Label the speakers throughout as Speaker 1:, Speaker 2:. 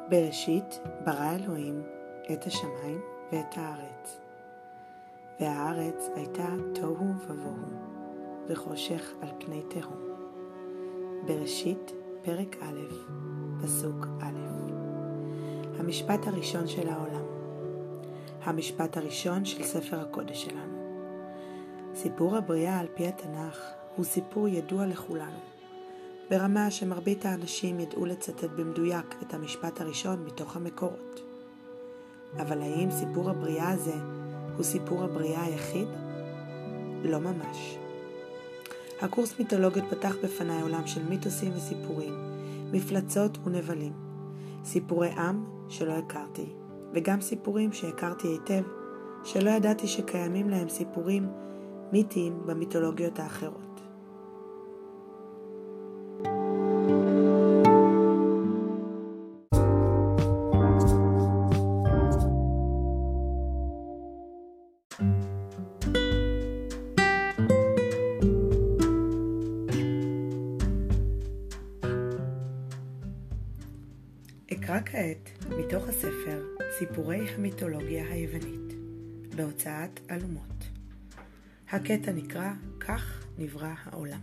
Speaker 1: בראשית ברא אלוהים את השמיים ואת הארץ. והארץ הייתה תוהו ובוהו, וחושך על פני תהום. בראשית פרק א', פסוק א'. המשפט הראשון של העולם. המשפט הראשון של ספר הקודש שלנו. סיפור הבריאה על פי התנ"ך הוא סיפור ידוע לכולנו, ברמה שמרבית האנשים ידעו לצטט במדויק את המשפט הראשון מתוך המקורות. אבל האם סיפור הבריאה הזה הוא סיפור הבריאה היחיד? לא ממש. הקורס מיתולוגיות פתח בפני עולם של מיתוסים וסיפורים, מפלצות ונבלים, סיפורי עם שלא הכרתי, וגם סיפורים שהכרתי היטב, שלא ידעתי שקיימים להם סיפורים מיתיים במיתולוגיות האחרות. אקרא כעת מתוך הספר סיפורי המיתולוגיה היוונית בהוצאת אלומות. הקטע נקרא כך נברא העולם.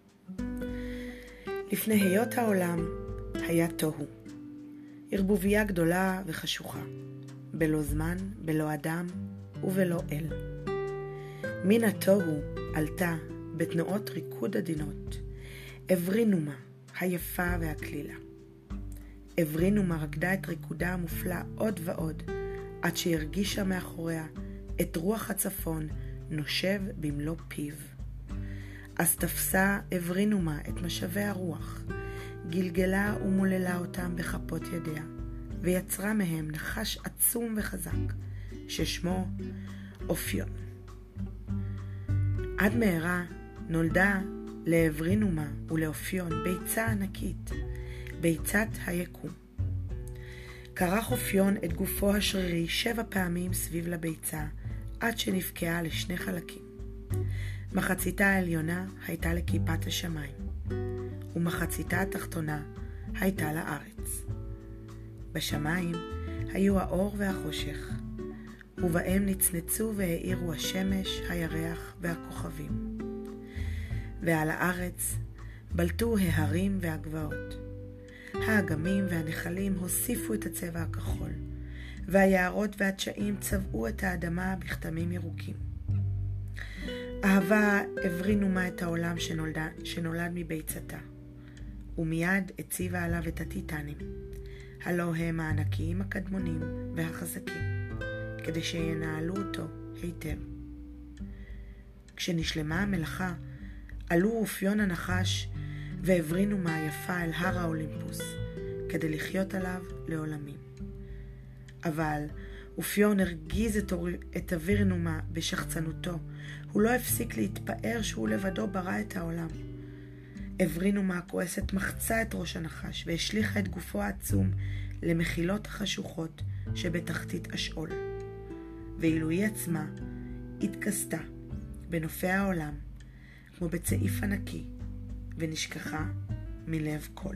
Speaker 1: לפני היות העולם היה תוהו, ערבוביה גדולה וחשוכה, בלא זמן, בלא אדם ובלא אל. מן התוהו עלתה בתנועות ריקוד עדינות אברינומה היפה והכלילה. אברינומה רקדה את ריקודה המופלא עוד ועוד, עד שהרגישה מאחוריה את רוח הצפון נושב במלוא פיו. אז תפסה אברינומה את משאבי הרוח, גלגלה ומוללה אותם בכפות ידיה, ויצרה מהם נחש עצום וחזק, ששמו אופיון. עד מהרה נולדה לאברינומה ולאופיון ביצה ענקית, ביצת היקום. קרח אופיון את גופו השרירי 7 פעמים סביב לביצה, עד שנפקעה לשני חלקים. מחציתה העליונה הייתה לכיפת השמיים, ומחציתה התחתונה הייתה לארץ. בשמיים היו האור והחושך, ובהם נצנצו והאירו השמש, הירח והכוכבים. ועל הארץ בלטו ההרים והגבעות. האגמים והנחלים הוסיפו את הצבע הכחול, והיערות והדשאים צבעו את האדמה בכתמים ירוקים. אהבה אברינומה את העולם שנולד מביצתה, ומיד הציבה עליו את הטיטנים, הלא הם הענקיים הקדמונים והחזקים, כדי שינהלו אותו היטב. כשנשלמה המלאכה, עלו אופיון הנחש ואברינומה היפה אל הר האולימפוס, כדי לחיות עליו לעולמים. אבל אופיון הרגיז את אברינומה בשחצנותו, הוא לא הפסיק להתפאר שהוא לבדו ברא את העולם. אברינומה הכועסת מחצה את ראש הנחש והשליחה את גופו העצום למחילות החשוכות שבתחתית השאול. ואילו היא עצמה התכסתה בנופי העולם כמו בצעיף ענקי, ונשכחה מלב כל.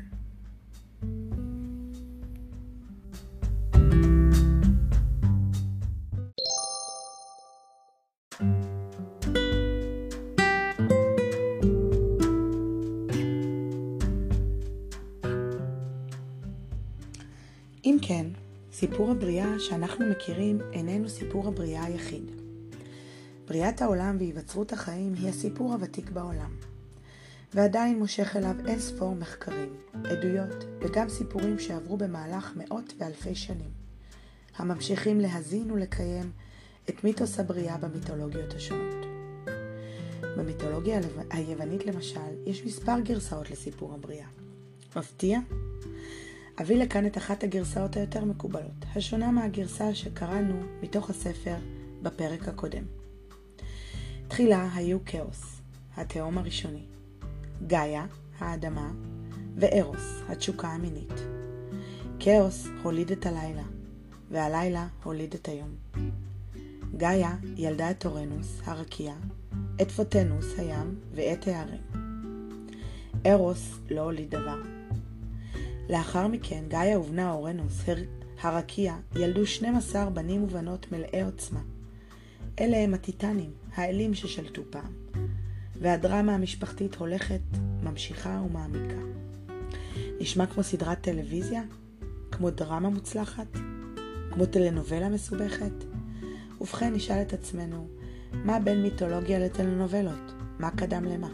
Speaker 1: אם כן, סיפור הבריאה שאנחנו מכירים איננו סיפור הבריאה היחיד. בריאת העולם והיווצרות החיים היא הסיפור הוותיק בעולם, ועדיין מושך אליו אין ספור מחקרים, עדויות וגם סיפורים שעברו במהלך מאות ואלפי שנים, הממשיכים להזין ולקיים את מיתוס הבריאה במיתולוגיות השונות. במיתולוגיה היוונית למשל, יש מספר גרסאות לסיפור הבריאה. מפתיע? אביא לכאן את אחת הגרסאות היותר מקובלות, השונה מהגרסה שקראנו מתוך הספר בפרק הקודם. תחילה היו כאוס, התהום הראשוני, גאיה, האדמה, וארוס, התשוקה המינית. כאוס הוליד את הלילה, והלילה הוליד את היום. גאיה ילדה את אורנוס, הרקיע, את פוטנוס, הים, ואת הערים. ארוס לא הוליד דבר. לאחר מכן גאיה ובנה אורנוס, הרקיע, ילדו 12 בנים ובנות מלאי עוצמה. אלה הם הטיטנים, האלים ששלטו פעם. והדרמה המשפחתית הולכת, ממשיכה ומעמיקה. נשמע כמו סדרת טלוויזיה? כמו דרמה מוצלחת? כמו טלנובלה מסובכת? ובכן נשאל את עצמנו, מה בין מיתולוגיה לטלנובלות? מה קדם למה?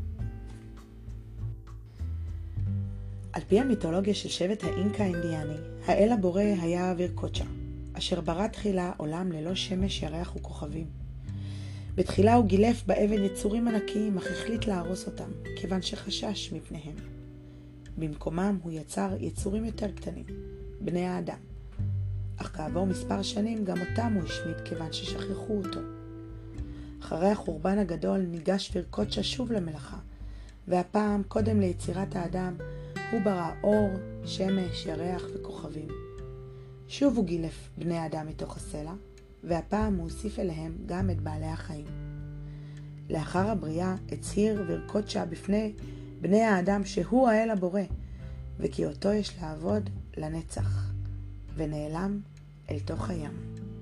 Speaker 1: על פי המיתולוגיה של שבט האינקה האינדיאני, האל הבורא היה וירקוצ'ה, אשר ברא תחילה עולם ללא שמש, ירח וכוכבים. בתחילה הוא גילף באבן יצורים ענקיים, אך החליט להרוס אותם, כיוון שחשש מפניהם. במקומם הוא יצר יצורים יותר קטנים, בני האדם. אך כעבור מספר שנים גם אותם הוא השמיד כיוון ששכחו אותו. אחרי החורבן הגדול ניגש וירקוצ'ה שוב למלאכה, והפעם קודם ליצירת האדם הוא ברא אור, שמש, ירח וכוכבים. שוב הוא גילף בני האדם מתוך הסלע, והפעם הוא הוסיף אליהם גם את בעלי החיים. לאחר הבריאה הצהיר וירקוצ'ה בפני בני האדם שהוא האל הבורא, וכי אותו יש לעבוד לנצח, ונעלם אל תוך הים.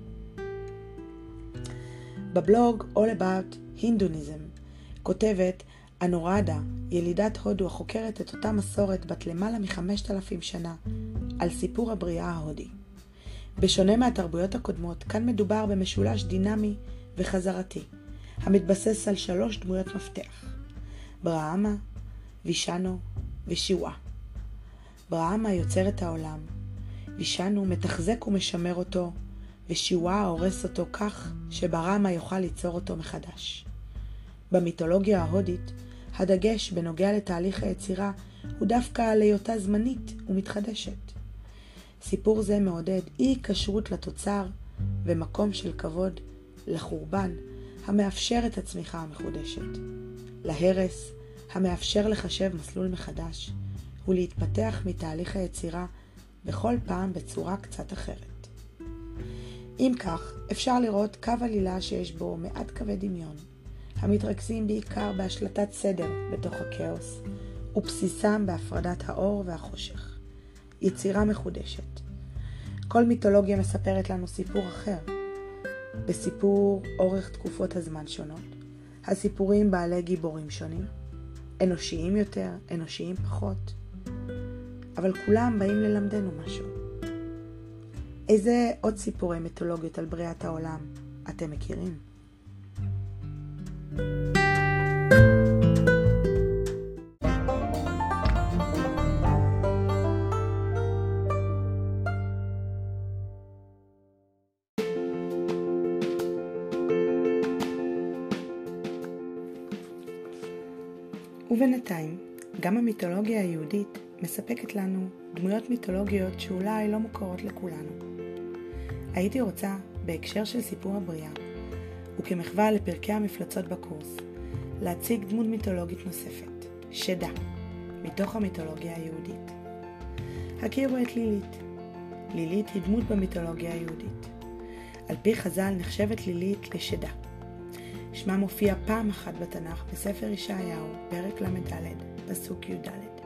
Speaker 1: בבלוג All About Hinduism כותבת אנורדה, ילידת הודו החוקרת את אותה מסורת בת למעלה מ-5,000 שנה, על סיפור הבריאה ההודי. בשונה מהתרבויות הקודמות, כאן מדובר במשולש דינמי וחזרתי, המתבסס על 3 דמויות מפתח: ברהמה, וישנו ושיווה. ברהמה יוצר את העולם, וישנו מתחזק ומשמר אותו, ושיווה הורס אותו כך שברהמה יוכל ליצור אותו מחדש. במיתולוגיה ההודית, הדגש בנוגע לתהליך היצירה הוא דווקא על היותה זמנית ומתחדשת. סיפור זה מעודד אי קשרות לתוצר ומקום של כבוד לחורבן המאפשר את הצמיחה המחודשת, להרס המאפשר לחשב מסלול מחדש ולהתפתח מתהליך היצירה בכל פעם בצורה קצת אחרת. אם כך, אפשר לראות קו עלילה שיש בו מעט קווי דמיון, המתרכזים בעיקר בהשלטת סדר בתוך הכאוס, ובסיסם בהפרדת האור והחושך. יצירה מחודשת. כל מיתולוגיה מספרת לנו סיפור אחר. בסיפור אורך תקופות הזמן שונות, הסיפורים בעלי גיבורים שונים, אנושיים יותר, אנושיים פחות, אבל כולם באים ללמדנו משהו. איזה עוד סיפורי מיתולוגיות על בריאת העולם אתם מכירים? ובינתיים, גם המיתולוגיה היהודית מספקת לנו דמויות מיתולוגיות שאולי לא מוכרות לכולנו. הייתי רוצה, בהקשר של סיפור הבריאה, וכמחווה לפרקי המפלצות בקורס, להציג דמות מיתולוגית נוספת, שדה, מתוך המיתולוגיה היהודית. הכירו את לילית. לילית היא דמות במיתולוגיה היהודית. על פי חז"ל נחשבת לילית לשדה. שמה מופיע פעם אחת בתנ"ך בספר ישעיהו, פרק ל"ד, פסוק י"ד.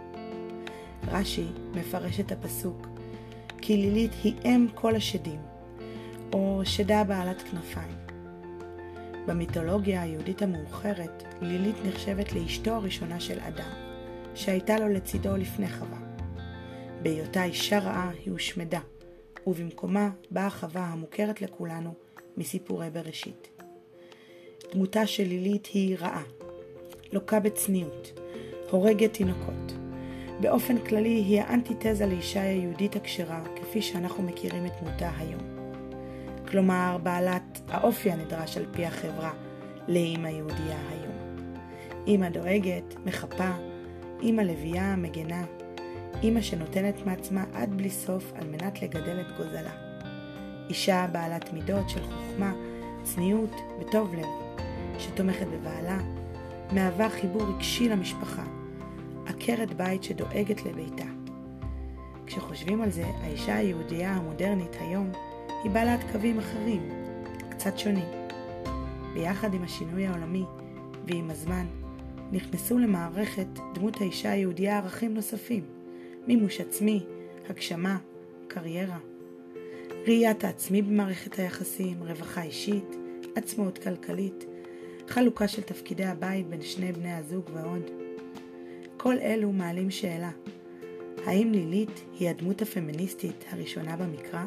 Speaker 1: רש"י מפרש את הפסוק כי לילית היא אם כל השדים, או שדה בעלת כנפיים. במיתולוגיה היהודית המאוחרת, לילית נחשבת לאשתו הראשונה של אדם, שהייתה לו לצידו לפני חווה. בהיותה אישה רעה היא הושמדה, ובמקומה באה חווה המוכרת לכולנו מסיפורי בראשית. דמותה של לילית היא רעה, לוקה בצניעות, הורגת תינוקות. באופן כללי היא האנטיתזה לאישה היהודית הכשרה כפי שאנחנו מכירים את דמותה היום. כלומר, בעלת האופי הנדרש על פי החברה לאמא יהודייה היום. אמא דואגת, מחפה, אמא לביאה, מגנה, אמא שנותנת מעצמה עד בלי סוף על מנת לגדל את גוזלה. אישה בעלת מידות של חוכמה, צניעות וטוב לב, שתומכת בבעלה, מהווה חיבור רגשי למשפחה, עקרת בית שדואגת לביתה. כשחושבים על זה, האישה היהודייה המודרנית היום היא בעלת קווים אחרים, קצת שונים. ביחד עם השינוי העולמי ועם הזמן, נכנסו למערכת דמות האישה היהודייה ערכים נוספים, מימוש עצמי, הגשמה, קריירה, ראיית העצמי במערכת היחסים, רווחה אישית, עצמאות כלכלית, חלוקה של תפקידי הבית בין שני בני הזוג ועוד. כל אלו מעלים שאלה, האם לילית היא הדמות הפמיניסטית הראשונה במקרא?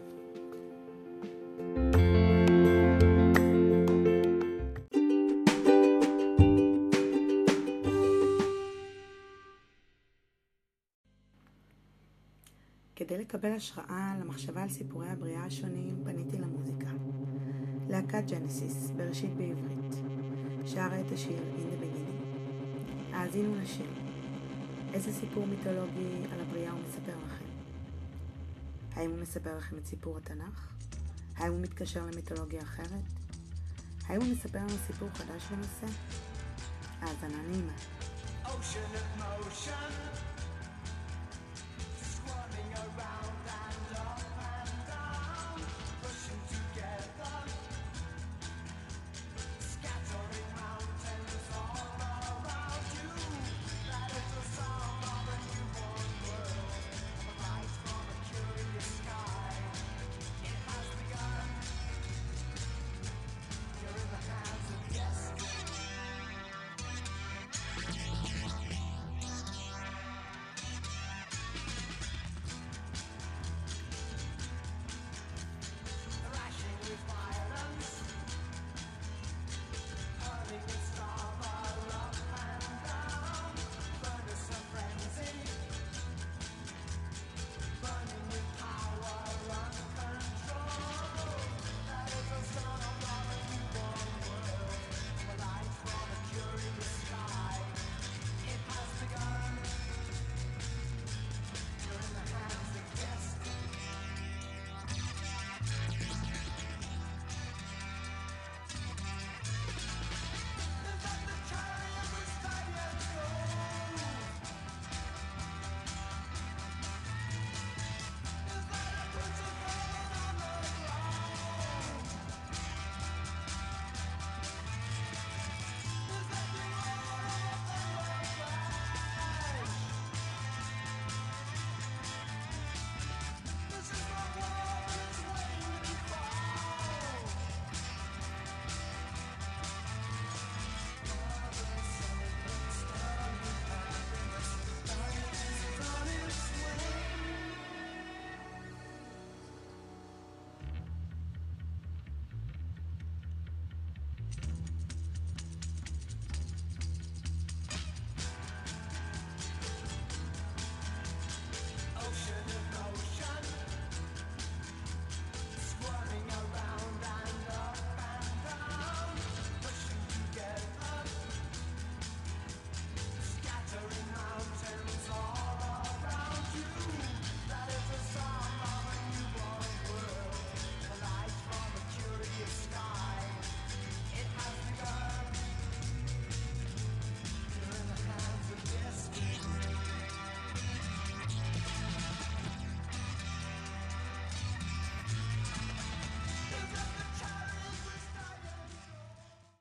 Speaker 1: כדי לקבל השראה למחשבה על סיפורי הבריאה השונים, פניתי למוזיקה. להקת ג'נסיס, בראשית בעברית, שרה את השיר In the Beginning. האזינו לשיר. איזה סיפור מיתולוגי על הבריאה הוא מספר לכם? האם הוא מספר לכם את סיפור התנ"ך? האם הוא מתקשר למיתולוגיה אחרת? האם הוא מספר לנו סיפור חדש בנושא? האזנה נעימה. Ocean of motion